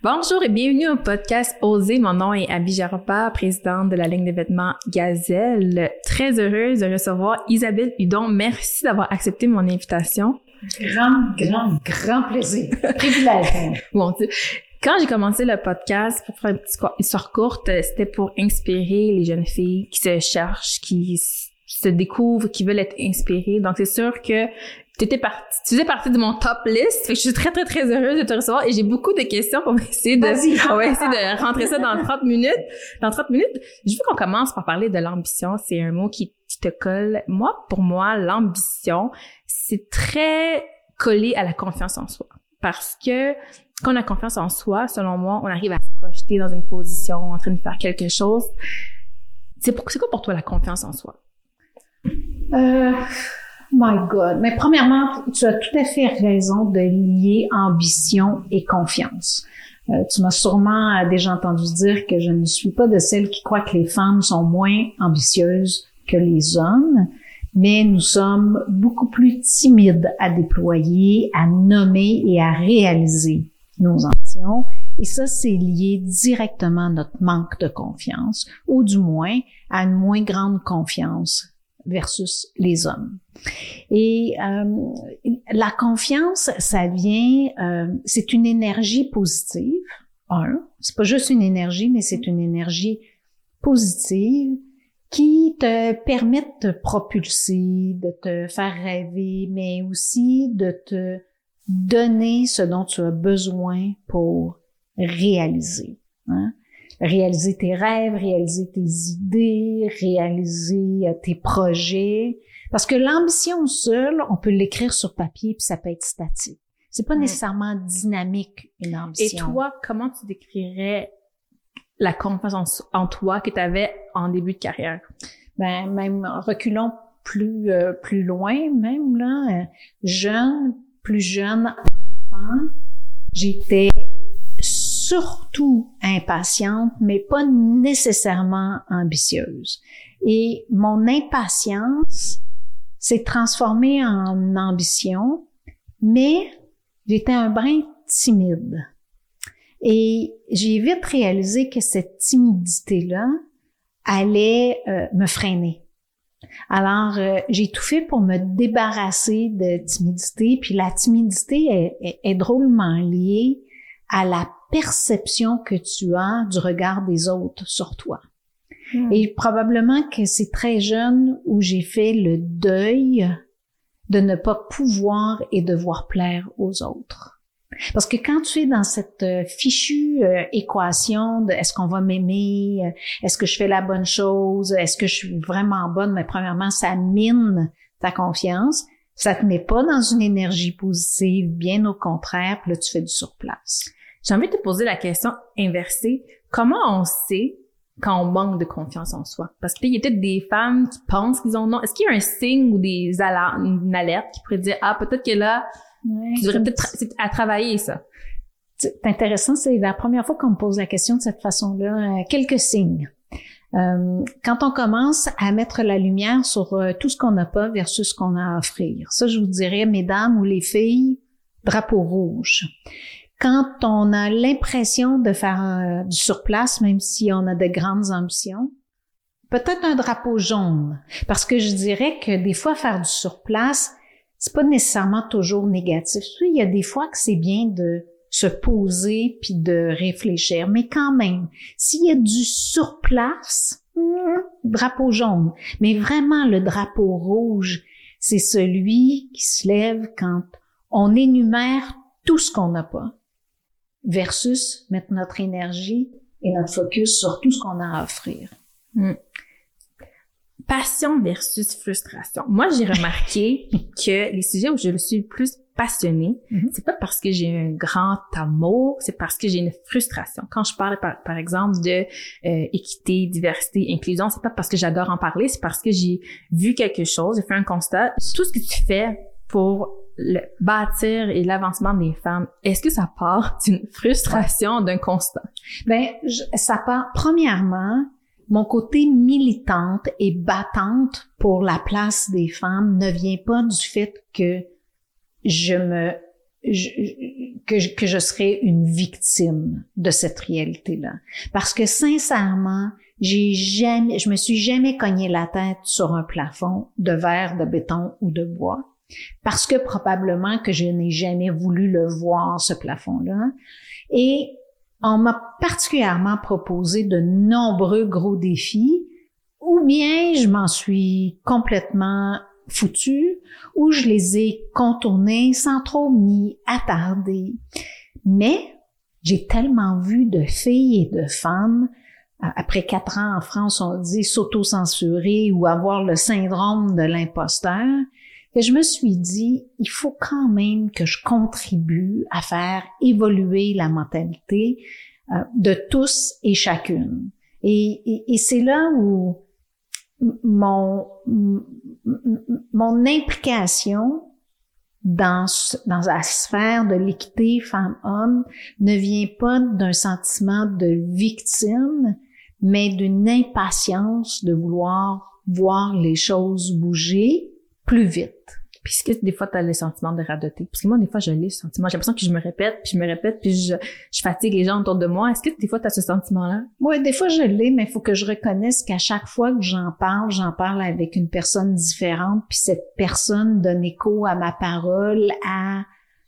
Bonjour et bienvenue au podcast Oser. Mon nom est Abby Jarpa, présidente de la ligne de vêtements Gazelle. Très heureuse de recevoir Isabelle Hudon. Merci d'avoir accepté mon invitation. Grand plaisir. Privilège. Bon, quand j'ai commencé le podcast, pour faire une petite histoire courte, c'était pour inspirer les jeunes filles qui se cherchent, qui se découvrent, qui veulent être inspirées. Donc, c'est sûr que tu faisais partie de mon top list. Fait que je suis très, très, très heureuse de te recevoir et j'ai beaucoup de questions pour essayer on va essayer de rentrer ça dans 30 minutes. Dans 30 minutes, je veux qu'on commence par parler de l'ambition. C'est un mot qui te colle. Pour moi, l'ambition, c'est très collé à la confiance en soi. Parce que quand on a confiance en soi, selon moi, on arrive à se projeter dans une position, en train de faire quelque chose. C'est quoi pour toi la confiance en soi? My God. Mais premièrement, tu as tout à fait raison de lier ambition et confiance. Tu m'as sûrement déjà entendu dire que je ne suis pas de celles qui croient que les femmes sont moins ambitieuses que les hommes, mais nous sommes beaucoup plus timides à déployer, à nommer et à réaliser nos ambitions. Et ça, c'est lié directement à notre manque de confiance, ou du moins à une moins grande confiance versus les hommes. Et la confiance, ça vient, c'est une énergie positive. C'est pas juste une énergie, mais c'est une énergie positive qui te permet de te propulser, de te faire rêver, mais aussi de te donner ce dont tu as besoin pour réaliser. Réaliser tes rêves, réaliser tes idées, réaliser tes projets. Parce que l'ambition seule, on peut l'écrire sur papier puis ça peut être statique. C'est pas nécessairement dynamique, une ambition. Et toi, comment tu décrirais la confiance en toi que tu avais en début de carrière? Ben, même reculons plus loin, même là, plus jeune enfant, j'étais surtout impatiente, mais pas nécessairement ambitieuse. Et mon impatience s'est transformée en ambition, mais j'étais un brin timide. Et j'ai vite réalisé que cette timidité-là allait me freiner. Alors, j'ai tout fait pour me débarrasser de timidité, puis la timidité est drôlement liée à la perception que tu as du regard des autres sur toi. Et probablement que c'est très jeune où j'ai fait le deuil de ne pas pouvoir et devoir plaire aux autres. Parce que quand tu es dans cette fichue équation de est-ce qu'on va m'aimer, est-ce que je fais la bonne chose, est-ce que je suis vraiment bonne, mais premièrement, ça mine ta confiance, ça te met pas dans une énergie positive, bien au contraire, puis là, tu fais du surplace. J'ai envie de te poser la question inversée. Comment on sait quand on manque de confiance en soi? Parce qu'il y a peut-être des femmes qui pensent qu'ils ont non. Est-ce qu'il y a un signe ou une alerte qui pourrait dire, peut-être que là, tu devrais peut-être à travailler ça? C'est intéressant, c'est la première fois qu'on me pose la question de cette façon-là. Quelques signes. Quand on commence à mettre la lumière sur tout ce qu'on n'a pas versus ce qu'on a à offrir. Ça, je vous dirais, mesdames ou les filles, drapeau rouge. Quand on a l'impression de faire du surplace, même si on a de grandes ambitions, peut-être un drapeau jaune. Parce que je dirais que des fois, faire du surplace, c'est pas nécessairement toujours négatif. Il y a des fois que c'est bien de se poser puis de réfléchir. Mais quand même, s'il y a du surplace, drapeau jaune. Mais vraiment, le drapeau rouge, c'est celui qui se lève quand on énumère tout ce qu'on n'a pas. Versus mettre notre énergie et notre focus sur tout ce qu'on a à offrir. Passion versus frustration. Moi, j'ai remarqué que les sujets où je suis le plus passionnée, c'est pas parce que j'ai un grand amour, c'est parce que j'ai une frustration. Quand je parle, par exemple, de équité, diversité, inclusion, c'est pas parce que j'adore en parler, c'est parce que j'ai vu quelque chose, j'ai fait un constat. Tout ce que tu fais pour le bâtir et l'avancement des femmes, est-ce que ça part d'une frustration, d'un constat? Ça part, premièrement, mon côté militante et battante pour la place des femmes ne vient pas du fait que que je serais une victime de cette réalité-là. Parce que sincèrement, je me suis jamais cogné la tête sur un plafond de verre, de béton ou de bois. Parce que probablement que je n'ai jamais voulu le voir, ce plafond-là. Et on m'a particulièrement proposé de nombreux gros défis, ou bien je m'en suis complètement foutue, ou je les ai contournés sans trop m'y attarder. Mais j'ai tellement vu de filles et de femmes, après 4 ans en France, on dit s'auto-censurer ou avoir le syndrome de l'imposteur, que je me suis dit, il faut quand même que je contribue à faire évoluer la mentalité de tous et chacune. Et c'est là où mon implication dans la sphère de l'équité femmes-hommes ne vient pas d'un sentiment de victime, mais d'une impatience de vouloir voir les choses bouger plus vite. Puis est-ce que des fois, tu as le sentiment de radoter? Parce que moi, des fois, je l'ai, ce sentiment. J'ai l'impression que je me répète, puis je fatigue les gens autour de moi. Est-ce que des fois, tu as ce sentiment-là? Oui, des fois, je l'ai, mais il faut que je reconnaisse qu'à chaque fois que j'en parle avec une personne différente, puis cette personne donne écho à ma parole, à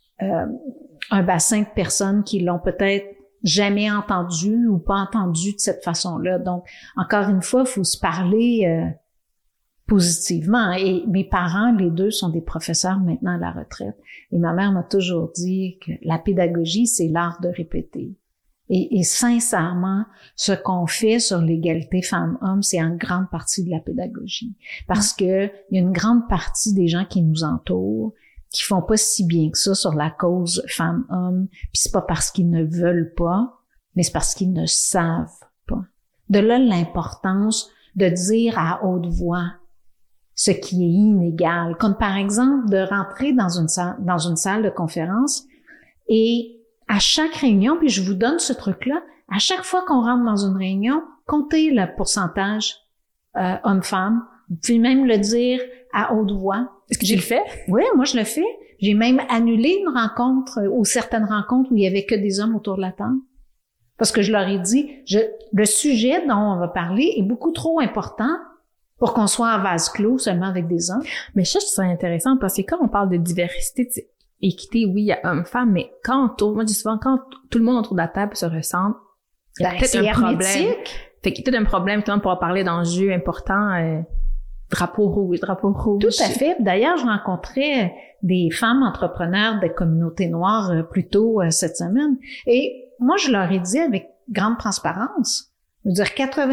un bassin de personnes qui l'ont peut-être jamais entendu ou pas entendu de cette façon-là. Donc, encore une fois, il faut se parler positivement. Et mes parents, les deux, sont des professeurs maintenant à la retraite. Et ma mère m'a toujours dit que la pédagogie, c'est l'art de répéter. Et sincèrement, ce qu'on fait sur l'égalité femmes-hommes, c'est en grande partie de la pédagogie. Parce que il y a une grande partie des gens qui nous entourent qui font pas si bien que ça sur la cause femmes-hommes. Puis c'est pas parce qu'ils ne veulent pas, mais c'est parce qu'ils ne savent pas. De là l'importance de dire à haute voix ce qui est inégal. Comme par exemple de rentrer dans une salle de conférence et à chaque réunion, puis je vous donne ce truc-là, à chaque fois qu'on rentre dans une réunion, comptez le pourcentage hommes-femmes. Vous pouvez même le dire à haute voix. Est-ce que tu le fais? Oui, moi je le fais. J'ai même annulé une rencontre ou certaines rencontres où il y avait que des hommes autour de la table. Parce que je leur ai dit, le sujet dont on va parler est beaucoup trop important pour qu'on soit en vase clos seulement avec des hommes. Mais ça, je trouve ça intéressant parce que quand on parle de diversité, équité, oui, il y a hommes-femmes, mais moi je dis souvent, quand tout le monde autour de la table se ressemble, il y a peut-être un problème. Fait qu'il y a peut-être un problème, quand on pourra parler d'enjeux importants, drapeau rouge. Tout à fait. D'ailleurs, je rencontrais des femmes entrepreneurs des communautés noires plus tôt cette semaine. Et moi, je leur ai dit avec grande transparence, je veux dire,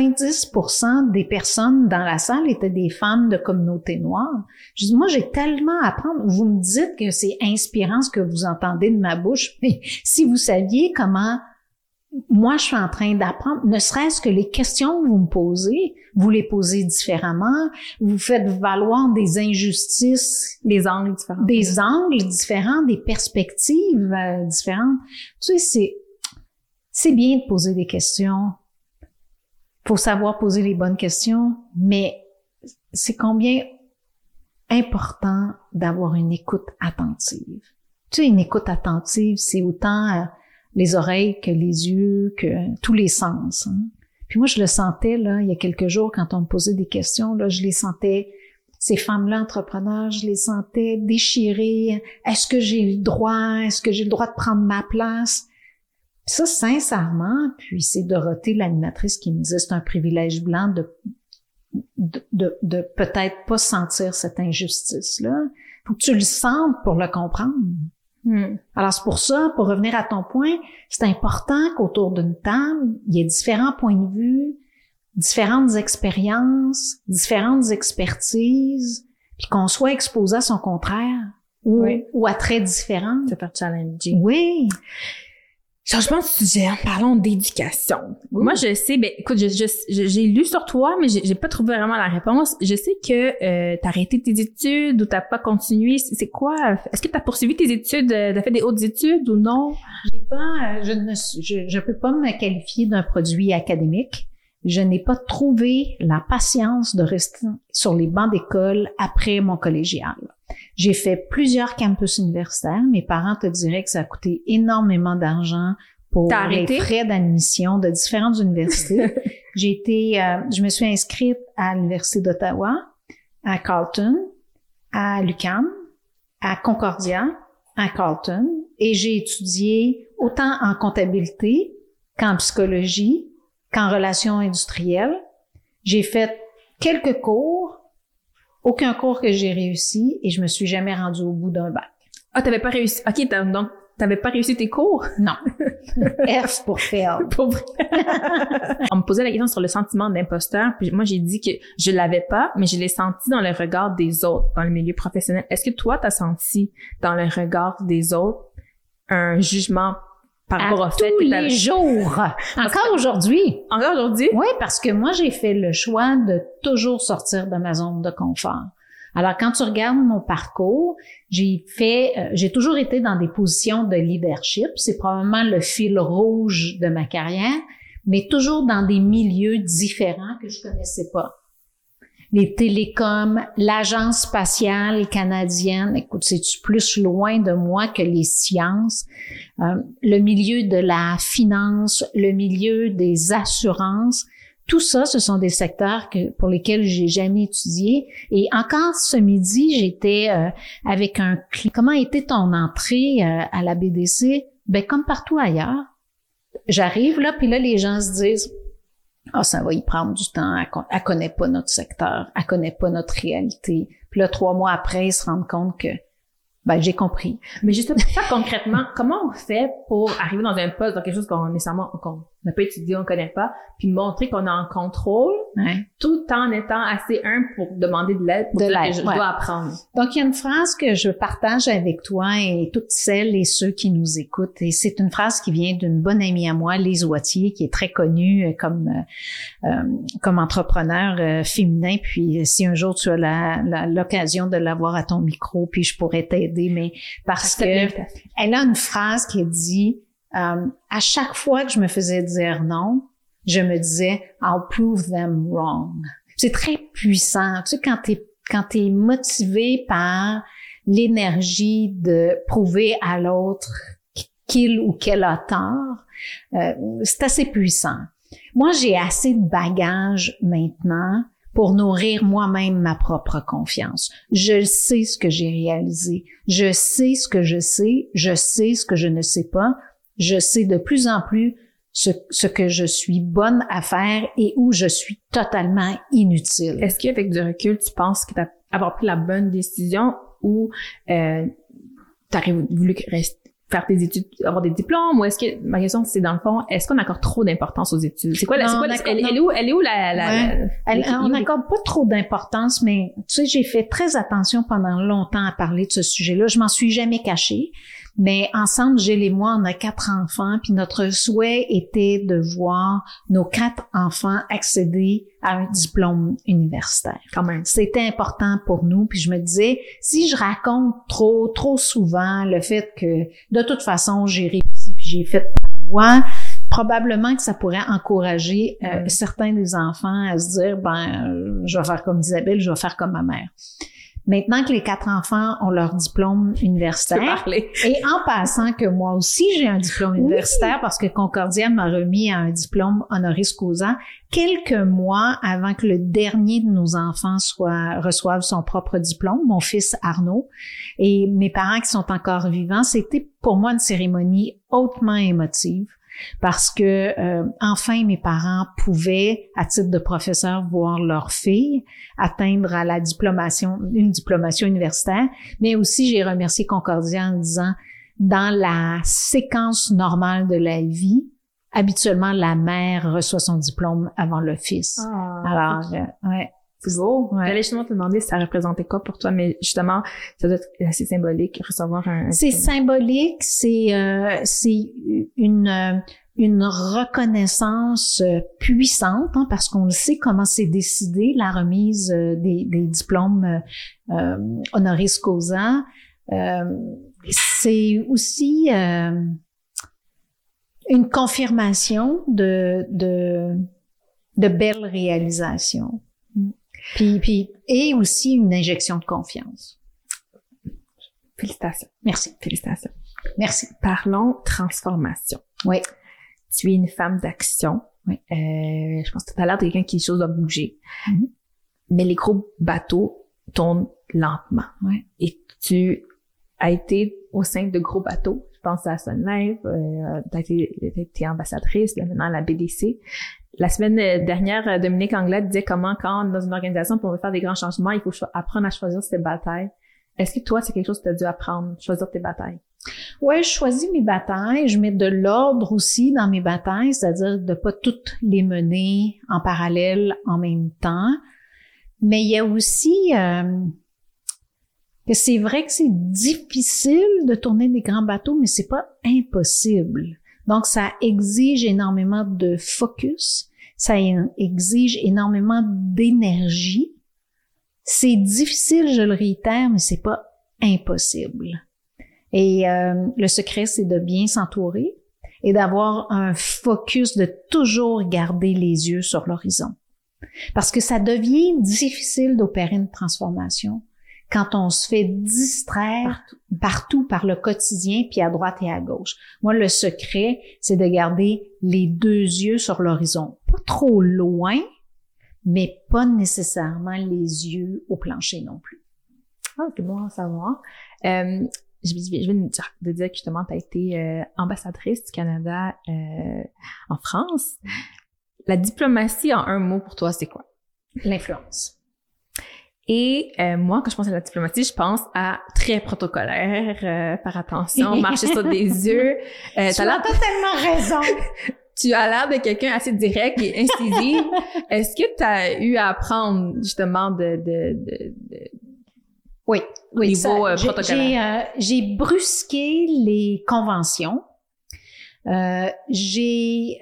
90% des personnes dans la salle étaient des femmes de communautés noires. Je dis, moi, j'ai tellement à apprendre. Vous me dites que c'est inspirant ce que vous entendez de ma bouche, mais si vous saviez comment moi, je suis en train d'apprendre, ne serait-ce que les questions que vous me posez, vous les posez différemment, vous faites valoir des injustices, des angles différents, des perspectives différentes. Tu sais, c'est bien de poser des questions. Faut savoir poser les bonnes questions, mais c'est combien important d'avoir une écoute attentive. Tu sais, une écoute attentive, c'est autant les oreilles que les yeux, que tous les sens. Hein. Puis moi, je le sentais, là, il y a quelques jours, quand on me posait des questions, là, je les sentais, ces femmes-là entrepreneurs, je les sentais déchirées. Est-ce que j'ai le droit? Est-ce que j'ai le droit de prendre ma place? Puis ça, sincèrement, puis c'est Dorothée, l'animatrice, qui me disait, c'est un privilège blanc de peut-être pas sentir cette injustice-là. Faut que tu le sentes pour le comprendre. Alors, c'est pour ça, pour revenir à ton point, c'est important qu'autour d'une table, il y ait différents points de vue, différentes expériences, différentes expertises, puis qu'on soit exposé à son contraire ou à traits différents. Ça peut challenger. Oui. Changement de sujet, parlons d'éducation. Moi, je sais, écoute, j'ai lu sur toi, mais j'ai pas trouvé vraiment la réponse. Je sais que t'as arrêté tes études ou t'as pas continué. C'est quoi? Est-ce que t'as poursuivi tes études? T'as fait des hautes études ou non? Je peux pas me qualifier d'un produit académique. Je n'ai pas trouvé la patience de rester sur les bancs d'école après mon collégial. J'ai fait plusieurs campus universitaires. Mes parents te diraient que ça a coûté énormément d'argent pour les frais d'admission de différentes universités. Je me suis inscrite à l'Université d'Ottawa, à Carleton, à l'UQAM, à Concordia, à Carleton, et j'ai étudié autant en comptabilité qu'en psychologie, qu'en relations industrielles. J'ai fait quelques cours, aucun cours que j'ai réussi, et je me suis jamais rendue au bout d'un bac. Ah, t'avais pas réussi. OK, donc t'avais pas réussi tes cours? Non. F pour fail. Pour vrai. On me posait la question sur le sentiment d'imposteur, puis moi j'ai dit que je l'avais pas, mais je l'ai senti dans le regard des autres, dans le milieu professionnel. Est-ce que toi, t'as senti dans le regard des autres un jugement par rapport au fait que tous les jours. Encore aujourd'hui. Encore aujourd'hui? Oui, parce que moi, j'ai fait le choix de toujours sortir de ma zone de confort. Alors, quand tu regardes mon parcours, j'ai toujours été dans des positions de leadership. C'est probablement le fil rouge de ma carrière, mais toujours dans des milieux différents que je connaissais pas. Les télécoms, l'Agence spatiale canadienne, écoute, c'est-tu plus loin de moi que les sciences, le milieu de la finance, le milieu des assurances, tout ça, ce sont des secteurs pour lesquels j'ai jamais étudié. Et encore ce midi, j'étais avec un client. Comment était ton entrée à la BDC? Ben comme partout ailleurs. J'arrive là, puis là, les gens se disent ça va y prendre du temps, elle connaît pas notre secteur, elle connaît pas notre réalité. Puis là, 3 mois après, ils se rendent compte que j'ai compris. Mais justement, ça concrètement, comment on fait pour arriver dans un poste, dans quelque chose qu'on n'a pas étudié, on connaît pas, puis montrer qu'on est en contrôle, tout en étant assez humble pour demander de l'aide, pour dire que je dois apprendre. Donc, il y a une phrase que je partage avec toi et toutes celles et ceux qui nous écoutent, et c'est une phrase qui vient d'une bonne amie à moi, Lise Wattier, qui est très connue comme entrepreneur féminin, puis si un jour tu as l'occasion de l'avoir à ton micro, puis je pourrais t'aider, mais parce que elle a une phrase qui dit à chaque fois que je me faisais dire non, je me disais I'll prove them wrong. C'est très puissant. Tu sais, quand t'es motivé par l'énergie de prouver à l'autre qu'il ou qu'elle a tort, c'est assez puissant. Moi, j'ai assez de bagages maintenant pour nourrir moi-même ma propre confiance. Je sais ce que j'ai réalisé. Je sais ce que je sais. Je sais ce que je ne sais pas. Je sais de plus en plus ce que je suis bonne à faire et où je suis totalement inutile. Est-ce qu'avec du recul, tu penses que tu as avoir pris la bonne décision ou t'aurais voulu faire tes études, avoir des diplômes, ou est-ce que, ma question c'est dans le fond, est-ce qu'on accorde trop d'importance aux études? Elle est où on n'accorde pas trop d'importance, mais tu sais, j'ai fait très attention pendant longtemps à parler de ce sujet-là. Je m'en suis jamais cachée. Mais ensemble, Gilles et moi, on a 4 enfants, puis notre souhait était de voir nos 4 enfants accéder à un diplôme universitaire. Quand même. C'était important pour nous, puis je me disais, si je raconte trop souvent le fait que, de toute façon, j'ai réussi, puis j'ai fait ma voie, probablement que ça pourrait encourager certains des enfants à se dire, je vais faire comme Isabelle, je vais faire comme ma mère. Maintenant que les 4 enfants ont leur diplôme universitaire, et en passant que moi aussi j'ai un diplôme universitaire parce que Concordia m'a remis un diplôme honoris causa quelques mois avant que le dernier de nos enfants reçoive son propre diplôme, mon fils Arnaud, et mes parents qui sont encore vivants, c'était pour moi une cérémonie hautement émotive. Parce que enfin mes parents pouvaient, à titre de professeur, voir leur fille atteindre à une diplomation universitaire, mais aussi j'ai remercié Concordia en disant, dans la séquence normale de la vie, habituellement la mère reçoit son diplôme avant le fils. Alors, c'est beau. J'allais justement te demander si ça représentait quoi pour toi, mais justement, ça doit être assez symbolique, recevoir un c'est symbolique, c'est une reconnaissance puissante, parce qu'on le sait comment c'est décidé, la remise des diplômes honoris causa. C'est aussi une confirmation de belles réalisations. Puis et aussi une injection de confiance. Félicitations. Merci. Félicitations. Merci. Parlons transformation. Oui. Tu es une femme d'action. Oui. Je pense que tout à l'heure, tu es quelqu'un qui les choses doivent bouger. Mm-hmm. Mais les gros bateaux tournent lentement. Oui. Et tu as été au sein de gros bateaux. Je pense à Sun Life, t'as été ambassadrice, là, maintenant à la BDC. La semaine dernière, Dominique Anglade disait comment, quand dans une organisation, pour faire des grands changements, il faut apprendre à choisir ses batailles. Est-ce que toi, c'est quelque chose que tu as dû apprendre, choisir tes batailles? Ouais, je choisis mes batailles. Je mets de l'ordre aussi dans mes batailles, c'est-à-dire de pas toutes les mener en parallèle en même temps. Mais il y a aussi que c'est vrai que c'est difficile de tourner des grands bateaux, mais c'est pas impossible. Donc, ça exige énormément de focus, ça exige énormément d'énergie. C'est difficile, je le réitère, mais c'est pas impossible. Et le secret, c'est de bien s'entourer et d'avoir un focus, de toujours garder les yeux sur l'horizon. Parce que ça devient difficile d'opérer une transformation quand on se fait distraire partout par le quotidien, puis à droite et à gauche. Moi, le secret, c'est de garder les deux yeux sur l'horizon. Pas trop loin, mais pas nécessairement les yeux au plancher non plus. Ah, c'est bon à savoir. Je viens de dire que justement, tu as été ambassadrice du Canada en France. La diplomatie, en un mot, pour toi, c'est quoi? L'influence. Et moi, quand je pense à la diplomatie, je pense à très protocolaire, faire attention, marcher sur des œufs. Tu as totalement raison. Tu as l'air de quelqu'un assez direct et incisif. Est-ce que tu as eu à apprendre justement Oui, niveau protocolaire? J'ai brusqué les conventions. J'ai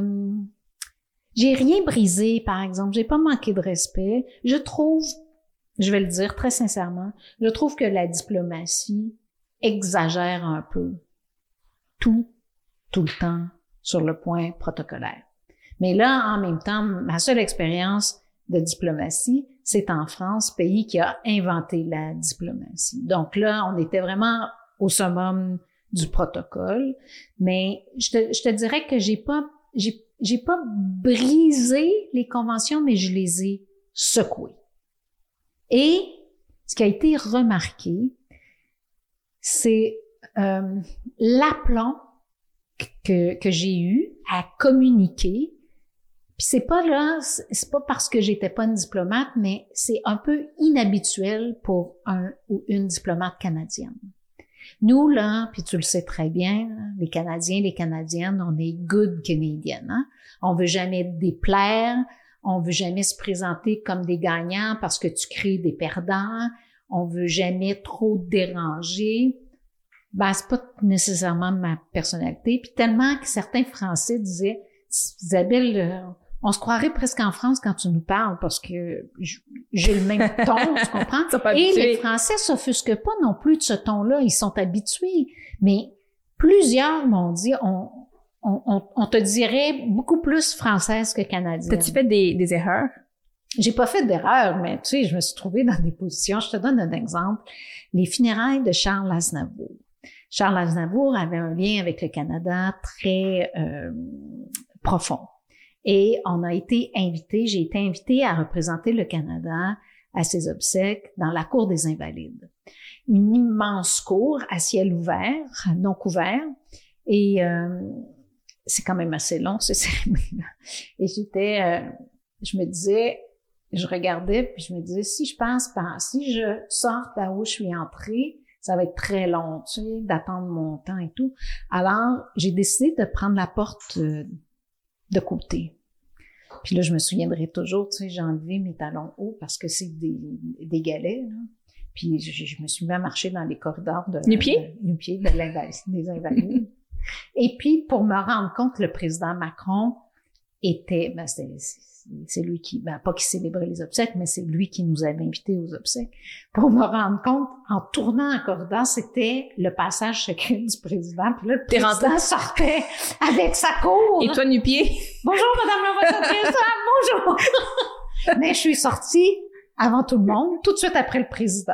rien brisé, par exemple. J'ai pas manqué de respect. Je trouve, je vais le dire très sincèrement, je trouve que la diplomatie exagère un peu tout le temps sur le point protocolaire. Mais là, en même temps, ma seule expérience de diplomatie, c'est en France, pays qui a inventé la diplomatie. Donc là, on était vraiment au summum du protocole. Mais je te dirais que j'ai pas brisé les conventions, mais je les ai secouées. Et ce qui a été remarqué, c'est l'aplomb que j'ai eu à communiquer. Puis c'est pas parce que j'étais pas une diplomate, mais c'est un peu inhabituel pour un ou une diplomate canadienne. Nous, là, puis tu le sais très bien, les Canadiens, les Canadiennes, on est good Canadian, hein? On veut jamais déplaire, on veut jamais se présenter comme des gagnants parce que tu crées des perdants, on veut jamais trop déranger. Ben, c'est pas nécessairement ma personnalité. Puis tellement que certains Français disaient, Isabelle, on se croirait presque en France quand tu nous parles parce que j'ai le même ton, tu comprends? Et les Français s'offusquent pas non plus de ce ton-là, ils sont habitués. Mais plusieurs m'ont dit, on te dirait beaucoup plus française que canadienne. T'as-tu fait des erreurs? J'ai pas fait d'erreurs, mais tu sais, je me suis trouvée dans des positions. Je te donne un exemple. Les funérailles de Charles Aznavour. Charles Aznavour avait un lien avec le Canada très profond. Et on a été invités, j'ai été invitée à représenter le Canada à ses obsèques dans la cour des Invalides. Une immense cour à ciel ouvert, non couvert, et c'est quand même assez long, ce cérémonie-là. Et je me disais, je regardais, puis je me disais, si je sors là où je suis entrée, ça va être très long, tu sais, d'attendre mon temps et tout. Alors, j'ai décidé de prendre la porte de côté. Puis là, je me souviendrai toujours, tu sais, j'ai enlevé mes talons hauts parce que c'est des galets, là. Puis je me suis mis à marcher dans les corridors nu-pieds des Invalides. Et puis, pour me rendre compte, le président Macron était, c'est lui qui, pas qui célébrait les obsèques, mais c'est lui qui nous avait invités aux obsèques. Pour me rendre compte, en tournant un corridor, c'était le passage secret du président. Puis là, le président sortait avec sa cour. Et toi, nu-pied? Bonjour, madame la voiture, bonjour! Mais je suis sortie avant tout le monde, tout de suite après le président.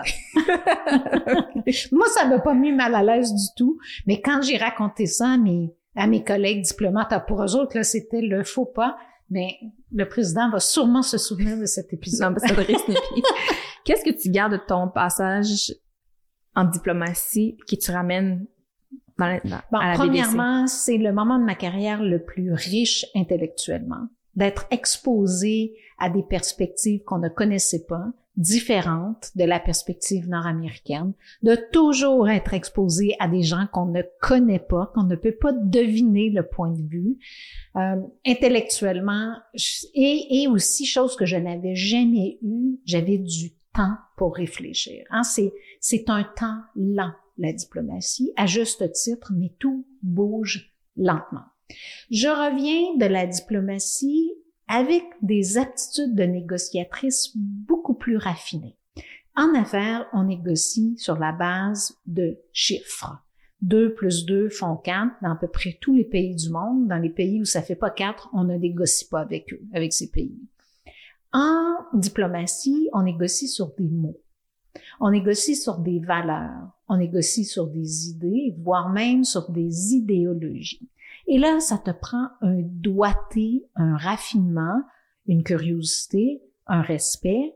Moi, ça m'a pas mis mal à l'aise du tout, mais quand j'ai raconté ça à mes collègues diplomates, pour eux autres, là, c'était le faux pas, mais le président va sûrement se souvenir de cet épisode. L'ambassadrice Snoopy. Qu'est-ce que tu gardes de ton passage en diplomatie qui tu ramènes à la BBC? Premièrement, c'est le moment de ma carrière le plus riche intellectuellement, d'être exposé à des perspectives qu'on ne connaissait pas, différentes de la perspective nord-américaine, de toujours être exposé à des gens qu'on ne connaît pas, qu'on ne peut pas deviner le point de vue, intellectuellement, et aussi, chose que je n'avais jamais eue, j'avais du temps pour réfléchir. Hein? C'est un temps lent, la diplomatie, à juste titre, mais tout bouge lentement. Je reviens de la diplomatie avec des aptitudes de négociatrice beaucoup plus raffinées. En affaires, on négocie sur la base de chiffres. 2 + 2 font 4 dans à peu près tous les pays du monde. Dans les pays où ça fait pas 4, on ne négocie pas avec eux, avec ces pays. En diplomatie, on négocie sur des mots. On négocie sur des valeurs. On négocie sur des idées, voire même sur des idéologies. Et là, ça te prend un doigté, un raffinement, une curiosité, un respect.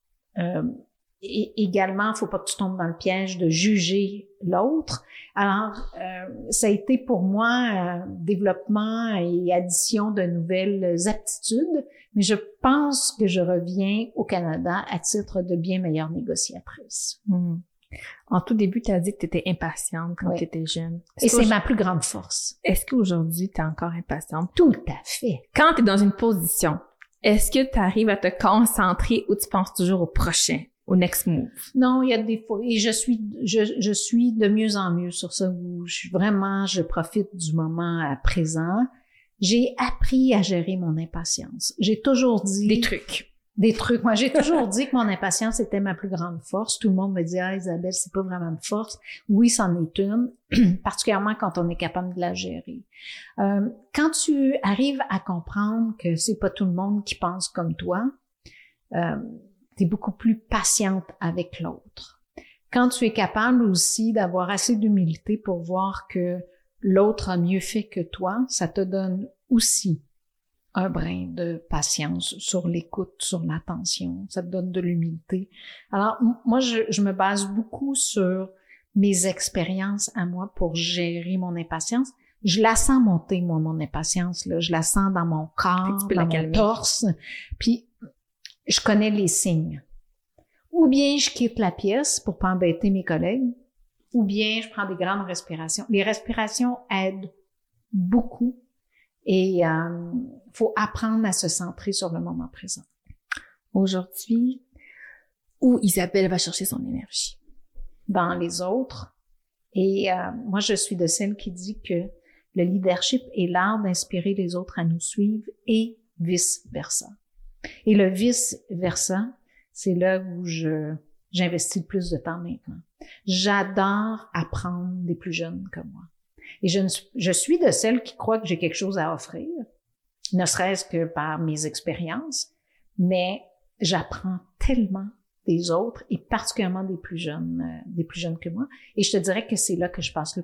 Et également, faut pas que tu tombes dans le piège de juger l'autre. Alors, ça a été pour moi développement et addition de nouvelles aptitudes, mais je pense que je reviens au Canada à titre de bien meilleure négociatrice. Mmh. En tout début, tu as dit que tu étais impatiente quand tu étais jeune. Et c'est ma plus grande force. Est-ce qu'aujourd'hui, tu es encore impatiente? Tout à fait. Quand tu es dans une position, est-ce que tu arrives à te concentrer ou tu penses toujours au prochain, au next move? Non, il y a des fois, et je suis de mieux en mieux sur ça, où je profite du moment à présent. J'ai appris à gérer mon impatience. J'ai toujours dit... Des trucs. Moi, j'ai toujours dit que mon impatience était ma plus grande force. Tout le monde me dit, ah, Isabelle, c'est pas vraiment une force. Oui, c'en est une, particulièrement quand on est capable de la gérer. Quand tu arrives à comprendre que c'est pas tout le monde qui pense comme toi, t'es beaucoup plus patiente avec l'autre. Quand tu es capable aussi d'avoir assez d'humilité pour voir que l'autre a mieux fait que toi, ça te donne aussi un brin de patience sur l'écoute, sur l'attention. Ça te donne de l'humilité. Alors, moi, je me base beaucoup sur mes expériences à moi pour gérer mon impatience. Je la sens monter, moi, mon impatience, là. Je la sens dans mon corps, dans mon torse. Puis, je connais les signes. Ou bien je quitte la pièce pour pas embêter mes collègues, ou bien je prends des grandes respirations. Les respirations aident beaucoup. Et faut apprendre à se centrer sur le moment présent. Aujourd'hui, où Isabelle va chercher son énergie? Dans les autres. Et moi, je suis de celle qui dit que le leadership est l'art d'inspirer les autres à nous suivre et vice-versa. Et le vice-versa, c'est là où j'investis le plus de temps maintenant. J'adore apprendre des plus jeunes que moi. Et je suis de celles qui croient que j'ai quelque chose à offrir, ne serait-ce que par mes expériences, mais j'apprends tellement des autres et particulièrement des plus jeunes que moi. Et je te dirais que c'est là que je passe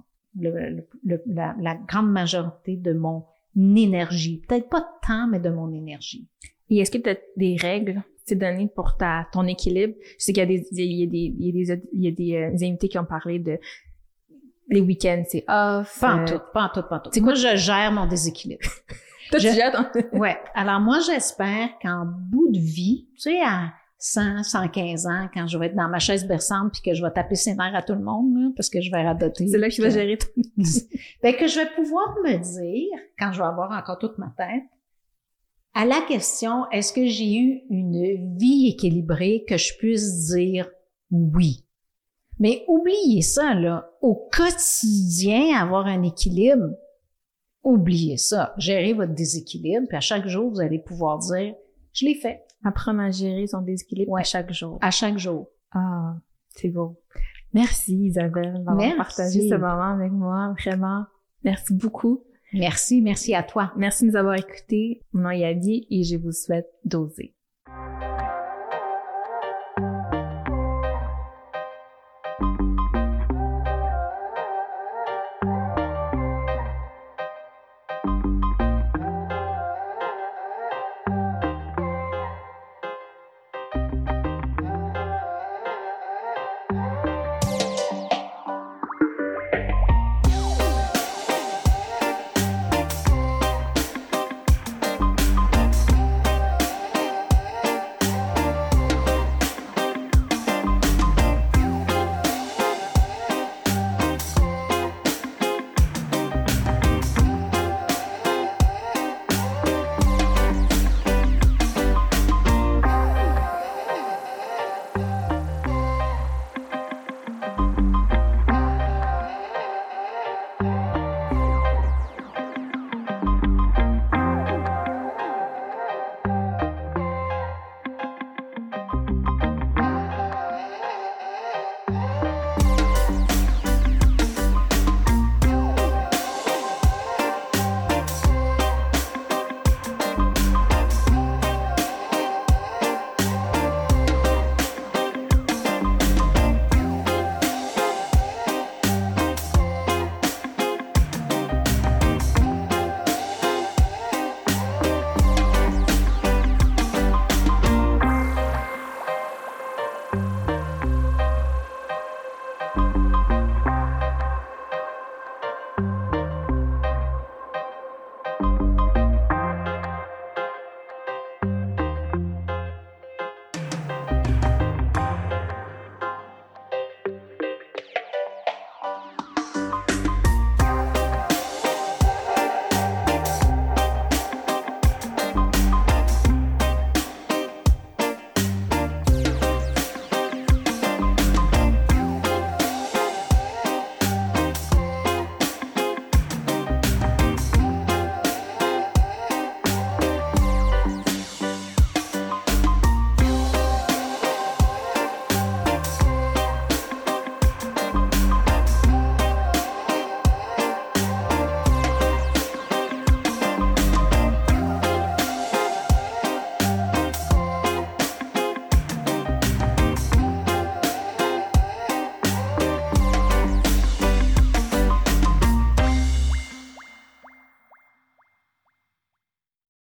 la grande majorité de mon énergie. Peut-être pas de temps, mais de mon énergie. Et est-ce que tu as des règles t'es donné pour ton équilibre? Je sais qu'il y a des invités qui ont parlé de les week-ends, c'est off. Pas en tout. C'est moi, je gère mon déséquilibre. Toi, tu gères ton... Ouais. Alors, moi, j'espère qu'en bout de vie, tu sais, à 100, 115 ans, quand je vais être dans ma chaise berçante puis que je vais taper ses nerfs à tout le monde, là, parce que je vais radoter. C'est là que tu vas gérer tout. Ben, que je vais pouvoir me dire, quand je vais avoir encore toute ma tête, à la question, est-ce que j'ai eu une vie équilibrée, que je puisse dire oui. Mais oubliez ça, là. Au quotidien, avoir un équilibre, oubliez ça. Gérez votre déséquilibre, puis à chaque jour, vous allez pouvoir dire, je l'ai fait. Apprendre à gérer son déséquilibre à chaque jour. À chaque jour. Ah, c'est beau. Merci Isabelle d'avoir partagé ce moment avec moi. Vraiment, merci beaucoup. Merci à toi. Merci de nous avoir écoutés. Mon nom est Abby et je vous souhaite d'oser.